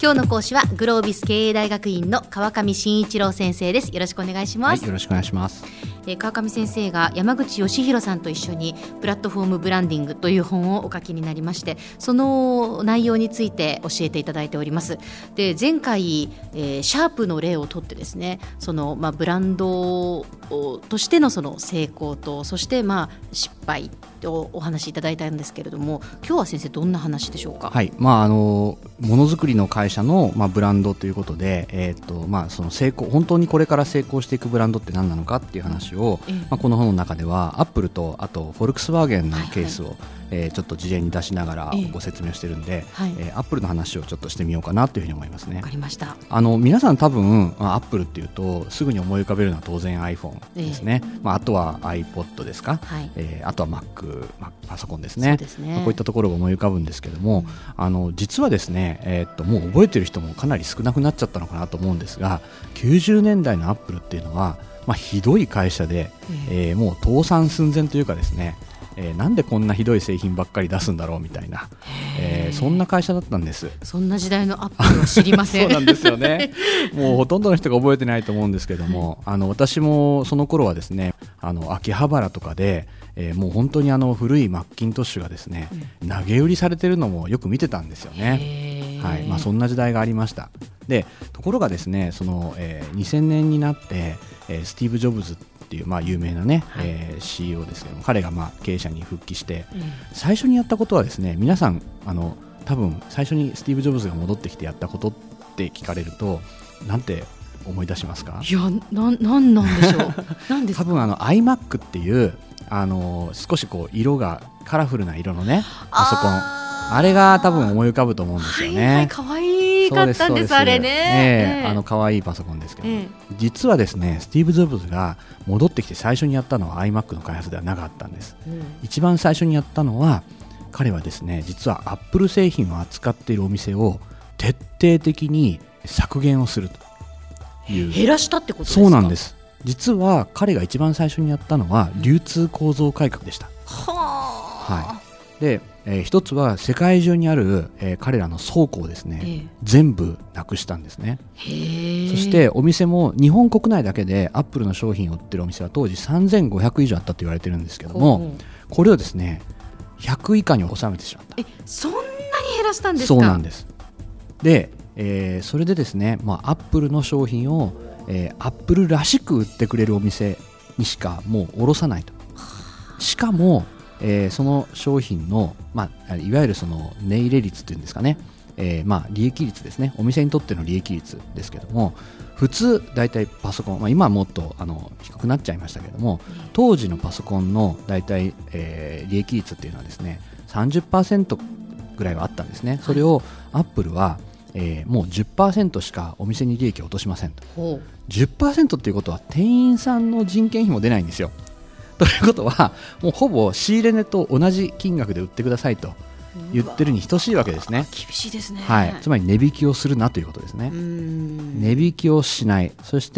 今日の講師はグロービス経営大学院の川上真一郎先生です。よろしくお願いします。 はい、よろしくお願いします。 川上先生が山口義弘さんと一緒にプラットフォームブランディングという本をお書きになりまして、その内容について教えていただいております。で、前回、シャープの例をとってですね、その、ブランドとしてのその成功と、そして失敗をお話しいただいたんですけれども、今日は先生どんな話でしょうか。 はい、ものづくりの会社の、ブランドということで、その成功、本当にこれから成功していくブランドって何なのかっていう話を、この本の中ではアップルとあとフォルクスワーゲンのケースを、ちょっと事前に出しながらご説明してるんで、アップルの話をちょっとしてみようかなというふうに思いますね。 わかりました。 皆さん多分アップルっていうとすぐに思い浮かべるのは当然 iPhone ですね。あとは iPod ですか、あとは Mac パソコンですね。こういったところが思い浮かぶんですけども、実はですね、もう覚えてる人もかなり少なくなっちゃったのかなと思うんですが、90年代のアップルっていうのは、ひどい会社で、もう倒産寸前というかですね、なんでこんなひどい製品ばっかり出すんだろうみたいな、そんな会社だったんです。 そんな時代のアップルは知りません。 そうなんですよね。もうほとんどの人が覚えてないと思うんですけども、私もその頃はですね、秋葉原とかで、もう本当に古いマッキントッシュがですね、投げ売りされてるのもよく見てたんですよね。そんな時代がありました。で、ところがですね、その、2000年になって、スティーブ・ジョブズっていう、有名なね、CEO ですけども、彼が経営者に復帰して、最初にやったことはですね、皆さん多分最初にスティーブ・ジョブズが戻ってきてやったことって聞かれるとなんて思い出しますか？ いや、なんでしょう。何ですか？ 多分iMac っていう少しこう色がカラフルな色のねパソコン、あれが多分思い浮かぶと思うんですよね。 可愛かったんです、あれね。 可愛いパソコンですけど、実はですね、スティーブ・ジョブズが戻ってきて最初にやったのは iMac の開発ではなかったんです。一番最初にやったのは、彼はですね、実は Apple 製品を扱っているお店を徹底的に削減をするという。 減らしたってことですか？ そうなんです。実は彼が一番最初にやったのは流通構造改革でした。で、一つは世界中にある、彼らの倉庫をですね、全部なくしたんですね。そしてお店も日本国内だけでアップルの商品を売ってるお店は当時3500以上あったと言われてるんですけども、これをですね100以下に収めてしまった。 そんなに減らしたんですか？ そうなんです。で、それでですね、アップルの商品を、アップルらしく売ってくれるお店にしかもう卸さないと。しかもその商品の、いわゆるその値入れ率というんですかね、利益率ですね、お店にとっての利益率ですけども、普通だいたいパソコン、今はもっと低くなっちゃいましたけども、当時のパソコンのだいたい利益率っていうのはですね 30% ぐらいはあったんですね。それをアップルはもう 10% しかお店に利益を落としませんと。10% っていうことは店員さんの人件費も出ないんですよ。ということはもうほぼ仕入れ値と同じ金額で売ってくださいと言ってるに等しいわけですね。 厳しいですね。 つまり値引きをするなということですね。値引きをしない。そして、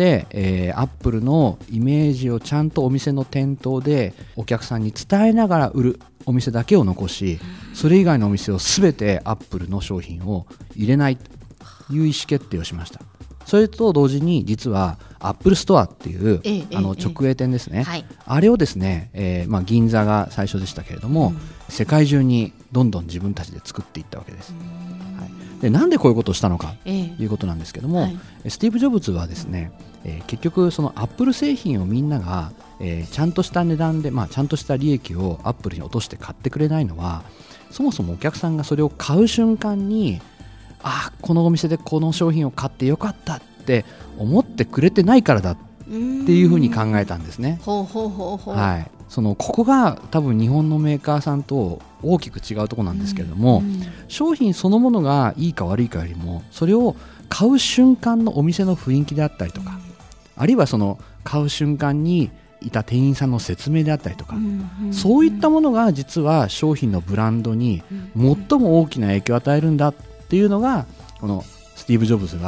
アップルのイメージをちゃんとお店の店頭でお客さんに伝えながら売るお店だけを残し、それ以外のお店をすべてアップルの商品を入れないという意思決定をしました。それと同時に実はアップルストアっていう直営店ですね、あれをですね、銀座が最初でしたけれども、世界中にどんどん自分たちで作っていったわけです。で、なんでこういうことをしたのかということなんですけども、スティーブ・ジョブズはですね、結局そのアップル製品をみんなが、ちゃんとした値段で、ちゃんとした利益をアップルに落として買ってくれないのは、そもそもお客さんがそれを買う瞬間に、このお店でこの商品を買ってよかったって思ってくれてないからだっていうふうに考えたんですね。ここが多分日本のメーカーさんと大きく違うところなんですけれども、商品そのものがいいか悪いかよりも、それを買う瞬間のお店の雰囲気であったりとか、あるいはその買う瞬間にいた店員さんの説明であったりとか、そういったものが実は商品のブランドに最も大きな影響を与えるんだっていうのが、このスティーブ・ジョブズが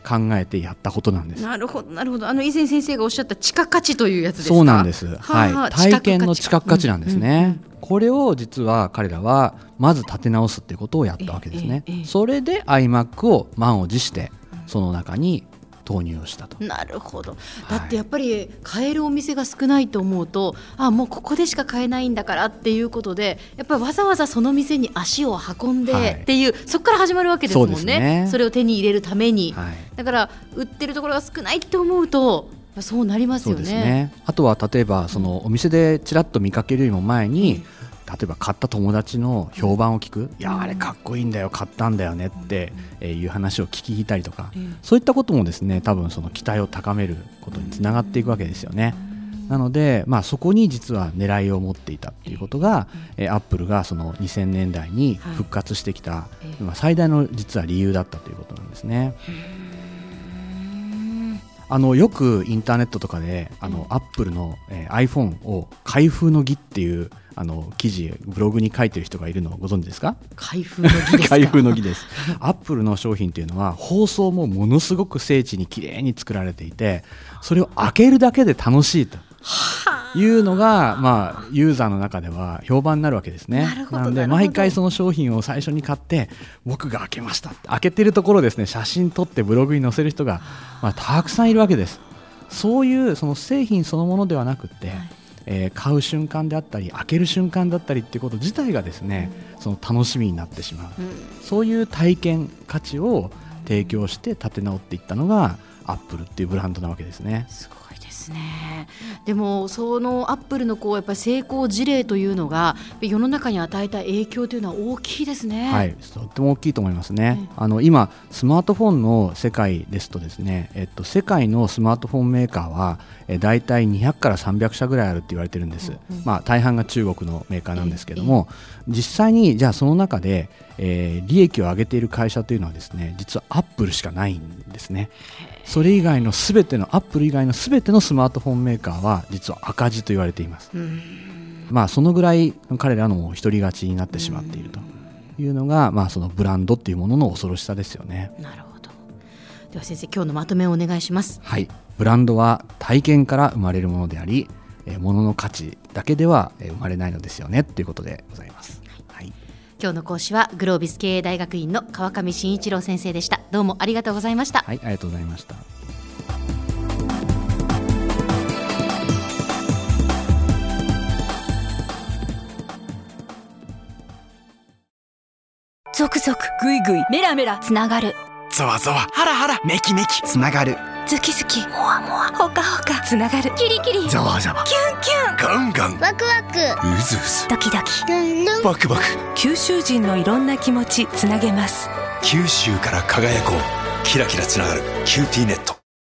考えてやったことなんです。 なるほどなるほど。以前先生がおっしゃった地価価値というやつですか。 そうなんです、はい、体験の知覚価値なんですね、これを実は彼らはまず立て直すっていうことをやったわけですね。それで iMac を満を持してその中に投入をしたと。 なるほど。だってやっぱり買えるお店が少ないと思うと、もうここでしか買えないんだからっていうことで、やっぱりわざわざその店に足を運んでっていう、そこから始まるわけですもん ね。それを手に入れるために、だから売ってるところが少ないって思うとそうなりますよ ね。 そうですね。 あとは例えばそのお店でちらっと見かけるよりも前に、例えば買った友達の評判を聞く、いやあれかっこいいんだよ買ったんだよねっていう話を聞いたりとか、そういったこともですね多分その期待を高めることにつながっていくわけですよね。なので、そこに実は狙いを持っていたっていうことが、アップルがその2000年代に復活してきた、最大の実は理由だったということなんですね。よくインターネットとかでアップルの、iPhone を開封の儀っていう記事ブログに書いてる人がいるのをご存知ですか？ 開封の儀ですか？ 開封の儀です。アップルの商品というのは包装もものすごく精緻にきれいに作られていて、それを開けるだけで楽しいというのが、ユーザーの中では評判になるわけですね。なので毎回その商品を最初に買って僕が開けましたって開けてるところをですね写真撮ってブログに載せる人が、たくさんいるわけです。そういうその製品そのものではなくて、買う瞬間であったり開ける瞬間だったりっていうこと自体がですね、その楽しみになってしまう、そういう体験価値を提供して立て直っていったのがアップルっていうブランドなわけですね。 すごいですね。でもそのアップルのやっぱり成功事例というのが世の中に与えた影響というのは大きいですね。 はい、とっても大きいと思いますね。今スマートフォンの世界ですとですね、世界のスマートフォンメーカーはだいたい200から300社ぐらいあるって言われてるんです。大半が中国のメーカーなんですけども、実際にじゃあその中で、利益を上げている会社というのはですね、実はアップルしかないんですね。それ以外のすべてのアップル以外のすべてのスマートフォンメーカーは実は赤字と言われています。そのぐらい彼らの独り勝ちになってしまっているというのが、そのブランドっていうものの恐ろしさですよね。 なるほど。では先生、今日のまとめをお願いします。 はい、ブランドは体験から生まれるものであり、物の価値だけでは生まれないのですよねということでございます。はい、 今日の講師はグロービス経営大学院の川上真一郎先生でした。どうもありがとうございました。 はい、ありがとうございました。 ゾクゾクグイグイメラメラつながる、 ゾワゾワハラハラメキメキつながる、 ズキズキモワモワホカホカつながる、キリキリザワザワキュンキュンガンガンワクワクウズウズドキドキルンルンバクバク、 九州人のいろんな気持ちつなげます。 九州から輝こう、キラキラつながるキューティーネット。